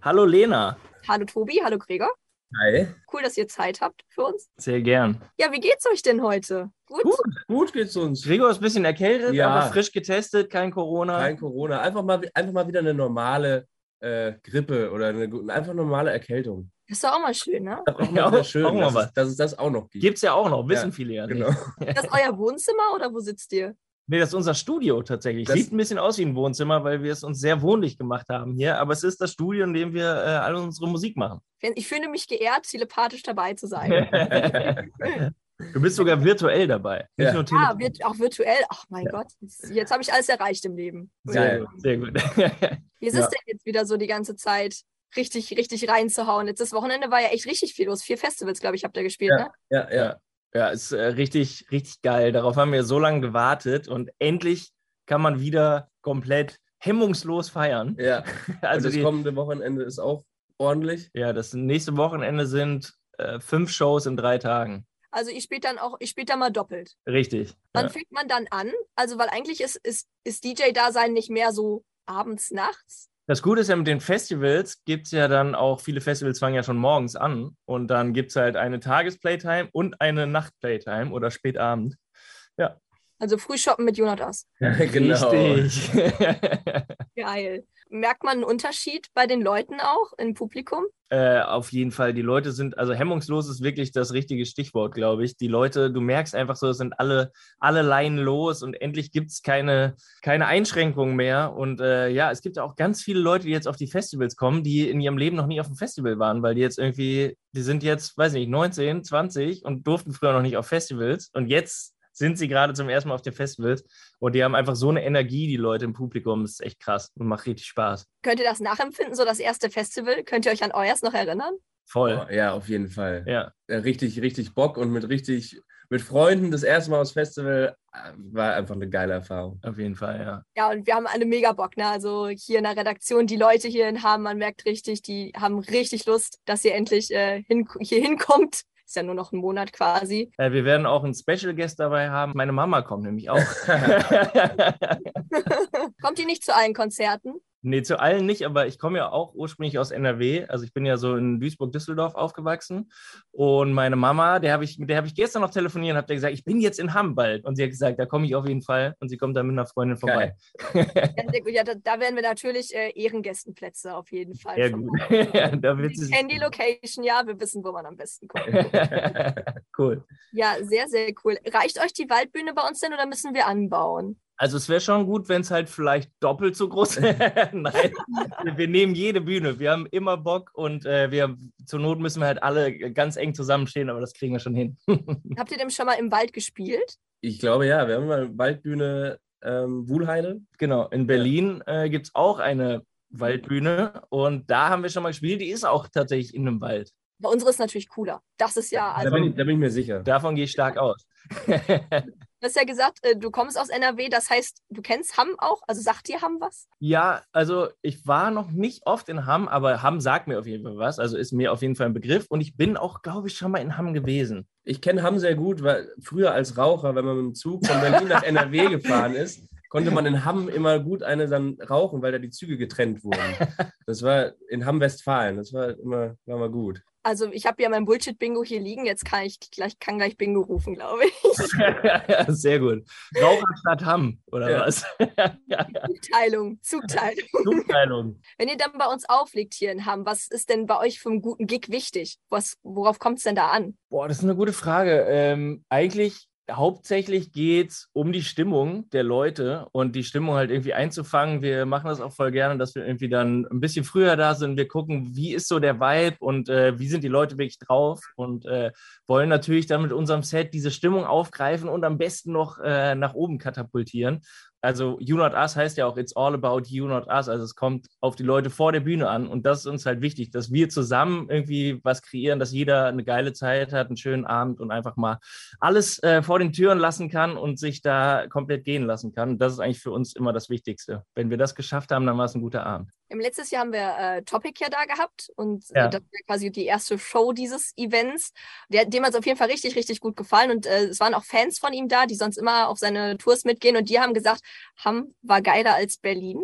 Hallo Lena. Hallo Tobi, hallo Gregor. Hi. Cool, dass ihr Zeit habt für uns. Sehr gern. Ja, wie geht's euch denn heute? Gut? Gut geht's uns. Gregor ist ein bisschen erkältet, Ja. aber frisch getestet, kein Corona. Kein Corona. Einfach mal wieder eine normale Grippe oder einfach normale Erkältung. Das ist doch auch mal schön, ne? Das ist auch Ja, mal wieder schön, auch mal was. dass es das auch noch gibt. Gibt's ja auch noch, wissen Ja, viele ja genau. nicht. Ist das euer Wohnzimmer oder wo sitzt ihr? Nee, das ist unser Studio tatsächlich. Das- Sieht ein bisschen aus wie ein Wohnzimmer, weil wir es uns sehr wohnlich gemacht haben hier. Aber es ist das Studio, in dem wir alle unsere Musik machen. Ich fühle mich geehrt, telepathisch dabei zu sein. Du bist sogar virtuell dabei. Nicht Ja. nur Ja, telefonisch. auch virtuell. Ach mein Gott, jetzt habe ich alles erreicht im Leben. Sehr gut, sehr gut. Wie ist es denn jetzt wieder so die ganze Zeit richtig reinzuhauen? Jetzt das Wochenende war ja echt richtig viel los. 4 Festivals, glaube ich, habt ihr gespielt, ne? Ja. Ja, ist richtig geil. Darauf haben wir so lange gewartet und endlich kann man wieder komplett hemmungslos feiern. Ja. Also Und das kommende Wochenende ist auch ordentlich. ja, das nächste Wochenende sind 5 Shows in 3 Tagen. Also ich spiele dann mal doppelt. Richtig. Wann Ja. fängt man dann an? Also, weil eigentlich ist DJ-Dasein nicht mehr so abends, nachts. Das Gute ist ja, mit den Festivals gibt es ja dann auch, viele Festivals fangen ja schon morgens an und dann gibt es halt eine Tagesplaytime und eine Nachtplaytime oder Spätabend. Ja, Also Frühshoppen mit Jonatas. Genau. richtig. Geil. Merkt man einen Unterschied bei den Leuten auch im Publikum? Auf jeden Fall, die Leute sind, also hemmungslos ist wirklich das richtige Stichwort, glaube ich. Die Leute, du merkst einfach so, es sind alle Leinen los und endlich gibt es keine Einschränkungen mehr. Und ja, es gibt ja auch ganz viele Leute, die jetzt auf die Festivals kommen, die in ihrem Leben noch nie auf dem Festival waren, weil die sind jetzt, weiß nicht, 19, 20 und durften früher noch nicht auf Festivals. Und jetzt sind sie gerade zum ersten Mal auf den Festivals und die haben einfach so eine Energie, die Leute im Publikum, das ist echt krass und macht richtig Spaß. Könnt ihr das nachempfinden, so das erste Festival? Könnt ihr euch an euers noch erinnern? Voll. Oh, ja, auf jeden Fall. Ja. Richtig Bock und mit Freunden das erste Mal aufs Festival war einfach eine geile Erfahrung. Auf jeden Fall, ja. Ja, und wir haben alle mega Bock, ne? Also hier in der Redaktion, die Leute hierhin haben, man merkt richtig, die haben richtig Lust, dass ihr endlich hier hinkommt. Ist ja nur noch ein Monat quasi. Wir werden auch einen Special Guest dabei haben. Meine Mama kommt nämlich auch. Kommt ihr nicht zu allen Konzerten? Nee, zu allen nicht, aber ich komme ja auch ursprünglich aus NRW. Also ich bin ja so in Duisburg-Düsseldorf aufgewachsen. Und meine Mama, mit der habe ich gestern noch telefoniert und habe gesagt, ich bin jetzt in Hamm bald. Und sie hat gesagt, da komme ich auf jeden Fall. Und sie kommt dann mit einer Freundin vorbei. Ja, sehr gut. Ja, da werden wir natürlich Ehrengästenplätze auf jeden Fall. Ja, gut. Da wird sie Handy Location, ja, wir wissen, wo man am besten kommt. Cool. Ja, sehr cool. Reicht euch die Waldbühne bei uns denn oder müssen wir anbauen? Also es wäre schon gut, wenn es halt vielleicht doppelt so groß wäre. Nein, wir nehmen jede Bühne. Wir haben immer Bock und zur Not müssen wir halt alle ganz eng zusammenstehen, aber das kriegen wir schon hin. Habt ihr denn schon mal im Wald gespielt? Ich glaube, ja, wir haben mal Waldbühne Wuhlheide. Genau, in Berlin gibt es auch eine Waldbühne und da haben wir schon mal gespielt. Die ist auch tatsächlich in einem Wald. Bei unsere ist natürlich cooler. Das ist ja, Da bin ich mir sicher. Davon gehe ich stark aus. du hast ja gesagt, du kommst aus NRW, das heißt, du kennst Hamm auch? Also sagt dir Hamm was? Ja, also ich war noch nicht oft in Hamm, aber Hamm sagt mir auf jeden Fall was. Also ist mir auf jeden Fall ein Begriff und ich bin auch, glaube ich, schon mal in Hamm gewesen. Ich kenne Hamm sehr gut, weil früher als Raucher, wenn man mit dem Zug von Berlin nach NRW gefahren ist, konnte man in Hamm immer gut eine dann rauchen, weil da die Züge getrennt wurden. Das war in Hamm-Westfalen. Das war mal gut. Also ich habe ja mein Bullshit-Bingo hier liegen, jetzt kann ich gleich Bingo rufen, glaube ich. Sehr gut. Raucher statt Hamm, oder was? Zugteilung. Wenn ihr dann bei uns auflegt hier in Hamm, was ist denn bei euch für einen guten Gig wichtig? Worauf kommt es denn da an? Boah, das ist eine gute Frage. Eigentlich hauptsächlich geht es um die Stimmung der Leute und die Stimmung halt irgendwie einzufangen. Wir machen das auch voll gerne, dass wir irgendwie dann ein bisschen früher da sind. Wir gucken, wie ist so der Vibe und wie sind die Leute wirklich drauf und wollen natürlich dann mit unserem Set diese Stimmung aufgreifen und am besten noch nach oben katapultieren. Also You Not Us heißt ja auch It's all about you not us. Also es kommt auf die Leute vor der Bühne an und das ist uns halt wichtig, dass wir zusammen irgendwie was kreieren, dass jeder eine geile Zeit hat, einen schönen Abend und einfach mal alles vor den Türen lassen kann und sich da komplett gehen lassen kann. Das ist eigentlich für uns immer das Wichtigste. Wenn wir das geschafft haben, dann war es ein guter Abend. Letztes Jahr haben wir Topic ja da gehabt und Ja. das war quasi die erste Show dieses Events. Dem hat es auf jeden Fall richtig, richtig gut gefallen und es waren auch Fans von ihm da, die sonst immer auf seine Tours mitgehen und die haben gesagt, Hamm war geiler als Berlin.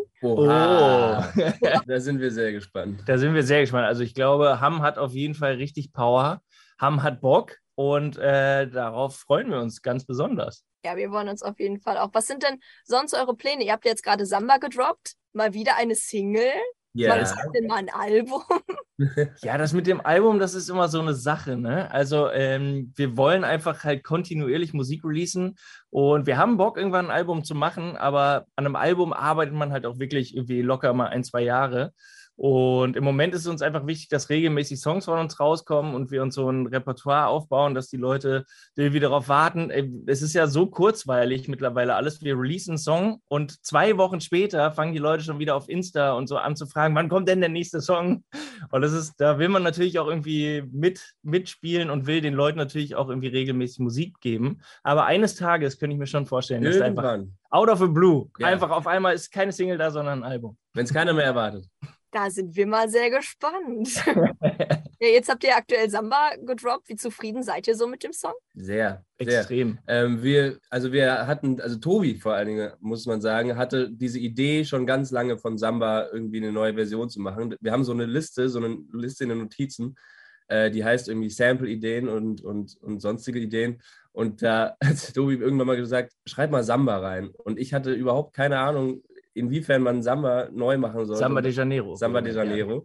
Oha. Da sind wir sehr gespannt. Da sind wir sehr gespannt. Also ich glaube, Hamm hat auf jeden Fall richtig Power. Hamm hat Bock und darauf freuen wir uns ganz besonders. Ja, wir wollen uns auf jeden Fall auch. Was sind denn sonst eure Pläne? Ihr habt jetzt gerade Samba gedroppt, mal wieder eine Single. Ja. Wann kommt denn mal ein Album? Ja, das mit dem Album, das ist immer so eine Sache, ne? Also wir wollen einfach halt kontinuierlich Musik releasen und wir haben Bock, irgendwann ein Album zu machen, aber an einem Album arbeitet man halt auch wirklich irgendwie locker mal 1, 2 Jahre. Und im Moment ist es uns einfach wichtig, dass regelmäßig Songs von uns rauskommen und wir uns so ein Repertoire aufbauen, dass die Leute irgendwie darauf warten. Es ist ja so kurzweilig mittlerweile alles. Wir releasen einen Song und 2 Wochen später fangen die Leute schon wieder auf Insta und so an zu fragen, wann kommt denn der nächste Song? Und da will man natürlich auch irgendwie mitspielen und will den Leuten natürlich auch irgendwie regelmäßig Musik geben. Aber eines Tages könnte ich mir schon vorstellen, dass da einfach Irgendwann. out of the blue, Ja. einfach auf einmal ist keine Single da, sondern ein Album. Wenn es keiner mehr erwartet. Da sind wir mal sehr gespannt. Ja, jetzt habt ihr aktuell Samba gedroppt. Wie zufrieden seid ihr so mit dem Song? Sehr, sehr. Extrem. Wir hatten, Tobi vor allen Dingen, muss man sagen, hatte diese Idee schon ganz lange von Samba irgendwie eine neue Version zu machen. Wir haben so eine Liste in den Notizen, die heißt irgendwie Sample-Ideen und sonstige Ideen. Und da hat Tobi irgendwann mal gesagt, schreib mal Samba rein. Und ich hatte überhaupt keine Ahnung, inwiefern man Samba neu machen soll. Samba de Janeiro. Samba de Janeiro.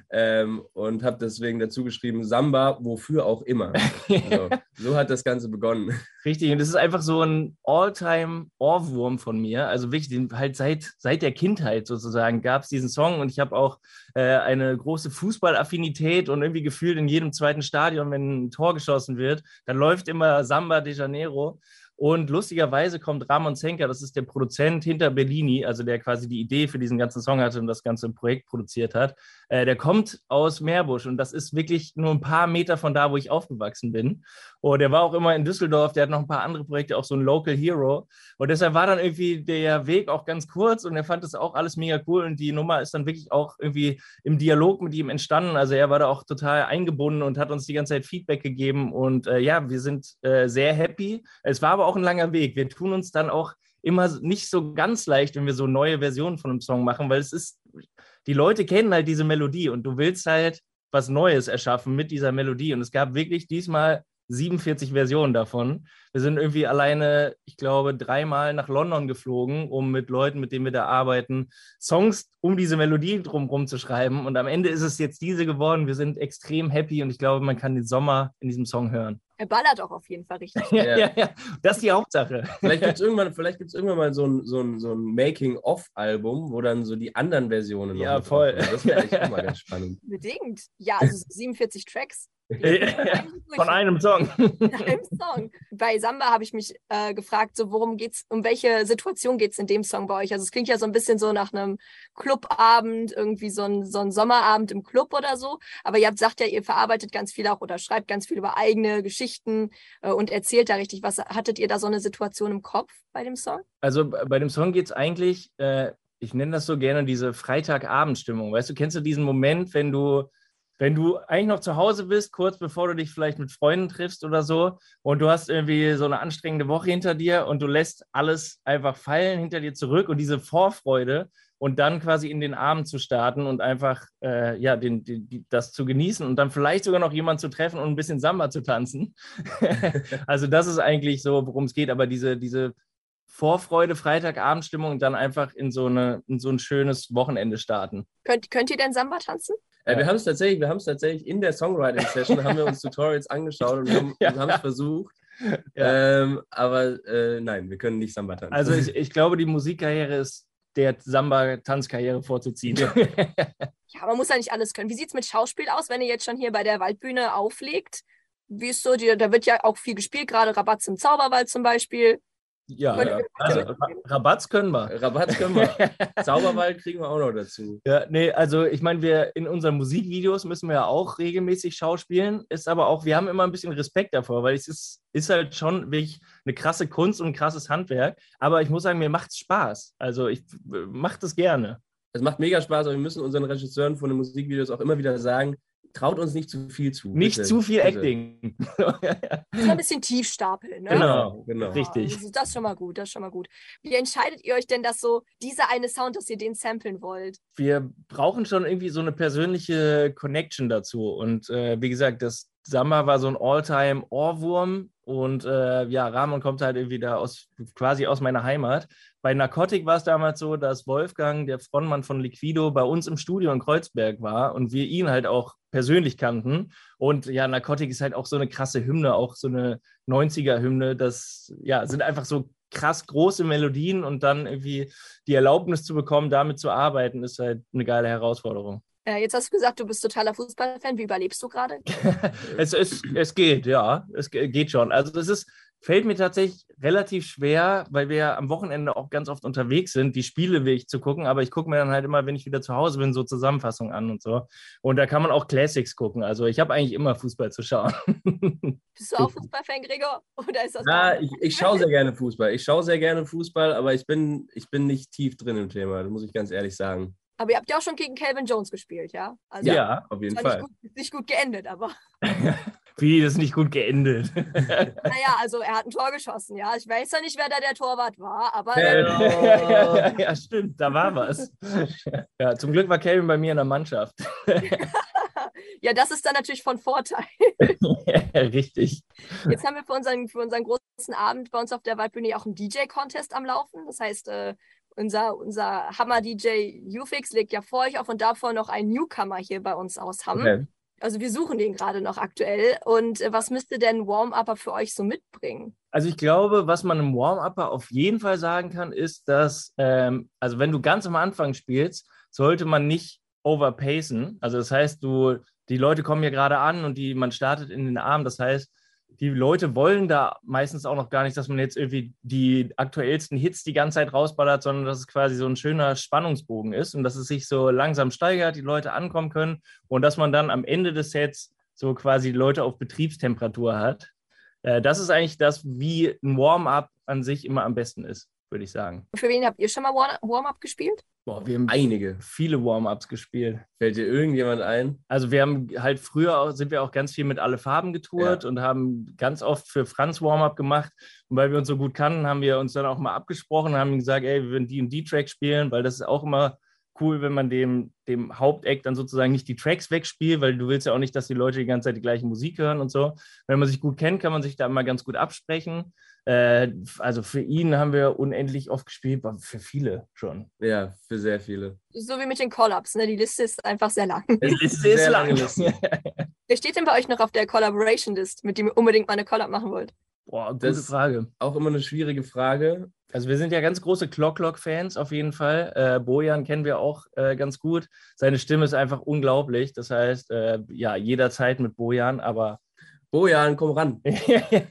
Und habe deswegen dazu geschrieben, Samba, wofür auch immer. So hat das Ganze begonnen. Richtig, und das ist einfach so ein All-Time-Ohrwurm von mir. Also wirklich, halt seit der Kindheit sozusagen gab es diesen Song und ich habe auch eine große Fußballaffinität und irgendwie gefühlt in jedem zweiten Stadion, wenn ein Tor geschossen wird, dann läuft immer Samba de Janeiro. Und lustigerweise kommt Ramon Zenker, das ist der Produzent hinter Bellini, also der quasi die Idee für diesen ganzen Song hatte und das ganze Projekt produziert hat. Der kommt aus Meerbusch und das ist wirklich nur ein paar Meter von da, wo ich aufgewachsen bin. Und der war auch immer in Düsseldorf, der hat noch ein paar andere Projekte, auch so ein Local Hero. Und deshalb war dann irgendwie der Weg auch ganz kurz und er fand das auch alles mega cool und die Nummer ist dann wirklich auch irgendwie im Dialog mit ihm entstanden. Also er war da auch total eingebunden und hat uns die ganze Zeit Feedback gegeben und ja, wir sind sehr happy. Es war aber auch ein langer Weg. Wir tun uns dann auch immer nicht so ganz leicht, wenn wir so neue Versionen von einem Song machen, weil die Leute kennen halt diese Melodie und du willst halt was Neues erschaffen mit dieser Melodie und es gab wirklich diesmal 47 Versionen davon. Wir sind irgendwie alleine, ich glaube, 3-mal nach London geflogen, um mit Leuten, mit denen wir da arbeiten, Songs um diese Melodie drumherum zu schreiben. Und am Ende ist es jetzt diese geworden. Wir sind extrem happy und ich glaube, man kann den Sommer in diesem Song hören. Er ballert auch auf jeden Fall richtig. Ja. Das ist die Hauptsache. Vielleicht gibt es irgendwann mal so ein Making-of-Album, wo dann so die anderen Versionen Ja, noch voll. drauf sind. Das wäre eigentlich auch mal ganz spannend. Bedingt. Ja, also 47 Tracks. Von einem Song. Einem Song. Bei Samba habe ich mich gefragt, so um welche Situation geht es in dem Song bei euch? Also es klingt ja so ein bisschen so nach einem Clubabend, irgendwie so ein Sommerabend im Club oder so. Aber ihr sagt ja, ihr verarbeitet ganz viel auch oder schreibt ganz viel über eigene Geschichten und erzählt da richtig was. Hattet ihr da so eine Situation im Kopf bei dem Song? Also bei dem Song geht es eigentlich, ich nenne das so gerne diese Freitagabendstimmung. Weißt du, kennst du diesen Moment, wenn du eigentlich noch zu Hause bist, kurz bevor du dich vielleicht mit Freunden triffst oder so und du hast irgendwie so eine anstrengende Woche hinter dir und du lässt alles einfach fallen hinter dir zurück und diese Vorfreude und dann quasi in den Abend zu starten und einfach das zu genießen und dann vielleicht sogar noch jemanden zu treffen und ein bisschen Samba zu tanzen. Also das ist eigentlich so, worum es geht, aber diese Vorfreude, Freitagabendstimmung und dann einfach in so ein schönes Wochenende starten. Könnt ihr denn Samba tanzen? Wir haben es tatsächlich in der Songwriting-Session, haben wir uns Tutorials angeschaut und haben es versucht. Ja. Aber nein, wir können nicht Samba tanzen. Also ich glaube, die Musikkarriere ist der Samba-Tanzkarriere vorzuziehen. Ja, man muss ja nicht alles können. Wie sieht es mit Schauspiel aus, wenn ihr jetzt schon hier bei der Waldbühne auflegt? Wie ist so, da wird ja auch viel gespielt, gerade Rabatz im Zauberwald zum Beispiel. Ja, also Rabatz können wir. Zauberwald kriegen wir auch noch dazu. Ja, nee, also ich meine, wir in unseren Musikvideos müssen wir ja auch regelmäßig schauspielen, ist aber auch, wir haben immer ein bisschen Respekt davor, weil es ist halt schon wirklich eine krasse Kunst und ein krasses Handwerk, aber ich muss sagen, mir macht es Spaß. Also ich mache das gerne. Es macht mega Spaß, aber wir müssen unseren Regisseuren von den Musikvideos auch immer wieder sagen, traut uns nicht zu viel zu. Nicht bitte, zu viel bitte. Acting. So ein bisschen tief stapeln, ne? Genau. Richtig. Das ist schon mal gut, das ist schon mal gut. Wie entscheidet ihr euch denn, dass so dieser eine Sound, dass ihr den samplen wollt? Wir brauchen schon irgendwie so eine persönliche Connection dazu. Und wie gesagt, das Samba war so ein All-Time-Ohrwurm. Und Rahman kommt halt irgendwie da quasi aus meiner Heimat. Bei Narcotic war es damals so, dass Wolfgang, der Frontmann von Liquido, bei uns im Studio in Kreuzberg war und wir ihn halt auch persönlich kannten. Und ja, Narcotic ist halt auch so eine krasse Hymne, auch so eine 90er-Hymne. Das sind einfach so krass große Melodien und dann irgendwie die Erlaubnis zu bekommen, damit zu arbeiten, ist halt eine geile Herausforderung. Jetzt hast du gesagt, du bist totaler Fußballfan. Wie überlebst du gerade? Es geht, ja. Es geht schon. Also fällt mir tatsächlich relativ schwer, weil wir ja am Wochenende auch ganz oft unterwegs sind, die Spiele wirklich zu gucken, aber ich gucke mir dann halt immer, wenn ich wieder zu Hause bin, so Zusammenfassungen an und so. Und da kann man auch Classics gucken. Also ich habe eigentlich immer Fußball zu schauen. Bist du auch Fußballfan, Gregor? Oder ist das ich schaue sehr gerne Fußball. Aber ich bin nicht tief drin im Thema, das muss ich ganz ehrlich sagen. Aber ihr habt ja auch schon gegen Calvin Jones gespielt, ja? Also, Ja, auf jeden Fall. Nicht gut geendet, aber... Wie, das ist nicht gut geendet. Naja, also er hat ein Tor geschossen, ja. Ich weiß ja nicht, wer da der Torwart war, aber... Ja, stimmt, da war was. Ja, zum Glück war Calvin bei mir in der Mannschaft. Ja, das ist dann natürlich von Vorteil. Richtig. Jetzt haben wir für unseren großen Abend bei uns auf der Waldbühne auch einen DJ-Contest am Laufen. Das heißt, unser Hammer-DJ Ufix legt ja vor euch auf und davor noch einen Newcomer hier bei uns aus Hamm. Okay. Also wir suchen den gerade noch aktuell. Und was müsste denn Warm-Upper für euch so mitbringen? Also ich glaube, was man im Warm-Upper auf jeden Fall sagen kann, ist, dass, also wenn du ganz am Anfang spielst, sollte man nicht overpacen. Also das heißt, die Leute kommen ja gerade an und man startet in den Abend. Das heißt, die Leute wollen da meistens auch noch gar nicht, dass man jetzt irgendwie die aktuellsten Hits die ganze Zeit rausballert, sondern dass es quasi so ein schöner Spannungsbogen ist und dass es sich so langsam steigert, die Leute ankommen können und dass man dann am Ende des Sets so quasi die Leute auf Betriebstemperatur hat. Das ist eigentlich das, wie ein Warm-up an sich immer am besten ist, würde ich sagen. Für wen habt ihr schon mal Warm-up gespielt? Boah, wir haben Einige. viele Warm-ups gespielt. Fällt dir irgendjemand ein? Also wir haben halt sind wir auch ganz viel mit Alle Farben getourt und haben ganz oft für Franz Warm-up gemacht. Und weil wir uns so gut kannten, haben wir uns dann auch mal abgesprochen und haben gesagt, ey, wir würden die und die Tracks spielen, weil das ist auch immer cool, wenn man dem Hauptact dann sozusagen nicht die Tracks wegspielt, weil du willst ja auch nicht, dass die Leute die ganze Zeit die gleiche Musik hören und so. Wenn man sich gut kennt, kann man sich da immer ganz gut absprechen. Also für ihn haben wir unendlich oft gespielt, aber für viele schon. Ja, für sehr viele. So wie mit den Call-Ups, ne? Die Liste ist einfach sehr lang. Die Liste ist lang. Wer steht denn bei euch noch auf der Collaboration-List, mit dem ihr unbedingt mal eine Call-Up machen wollt? Boah, gute Frage. Auch immer eine schwierige Frage. Also wir sind ja ganz große Clock-Fans auf jeden Fall. Bojan kennen wir auch ganz gut. Seine Stimme ist einfach unglaublich. Das heißt, jederzeit mit Bojan, aber... Bojan, komm ran. Hier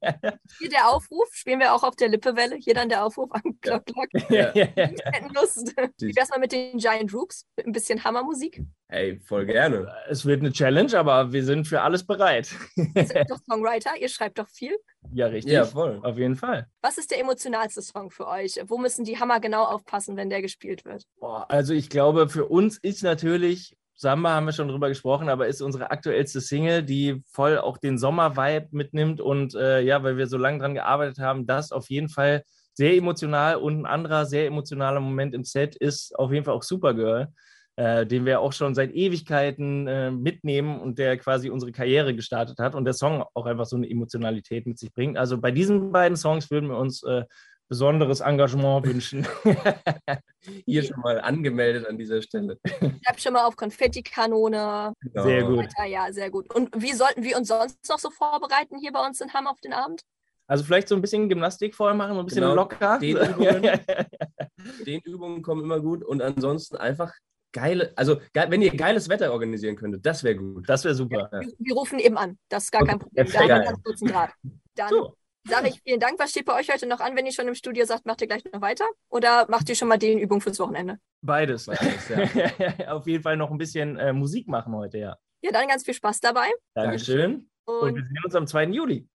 der Aufruf, spielen wir auch auf der Lippewelle. Hier dann der Aufruf an Clock. Ja. Hätten Lust. Wie wär's mal mit den Giant Rooks? Mit ein bisschen Hammermusik? Hey, voll gerne. Es wird eine Challenge, aber wir sind für alles bereit. Ihr seid doch Songwriter, ihr schreibt doch viel. Ja, richtig. Ja, voll. Auf jeden Fall. Was ist der emotionalste Song für euch? Wo müssen die Hammer genau aufpassen, wenn der gespielt wird? Boah, also ich glaube, für uns ist natürlich, Samba haben wir schon drüber gesprochen, aber ist unsere aktuellste Single, die voll auch den Sommer-Vibe mitnimmt und weil wir so lange dran gearbeitet haben, das auf jeden Fall sehr emotional und ein anderer sehr emotionaler Moment im Set ist auf jeden Fall auch Supergirl, den wir auch schon seit Ewigkeiten mitnehmen und der quasi unsere Karriere gestartet hat und der Song auch einfach so eine Emotionalität mit sich bringt. Also bei diesen beiden Songs würden wir uns besonderes Engagement wünschen. Hier schon mal angemeldet an dieser Stelle. Bleibt schon mal auf Konfettikanone. Genau. Sehr gut. Ja, sehr gut. Und wie sollten wir uns sonst noch so vorbereiten hier bei uns in Hamm auf den Abend? Also vielleicht so ein bisschen Gymnastik vorher machen, so ein bisschen locker. Den Übungen kommen immer gut und ansonsten einfach wenn ihr geiles Wetter organisieren könntet, das wäre gut. Das wäre super. Ja. Wir rufen eben an. Das ist gar kein Problem. Da haben wir ganz kurzen Draht. Dann sage ich vielen Dank. Was steht bei euch heute noch an, wenn ihr schon im Studio sagt, macht ihr gleich noch weiter? Oder macht ihr schon mal den Übung fürs Wochenende? Beides. Ja. Auf jeden Fall noch ein bisschen Musik machen heute, ja. Ja, dann ganz viel Spaß dabei. Dankeschön. Und wir sehen uns am 2. Juli.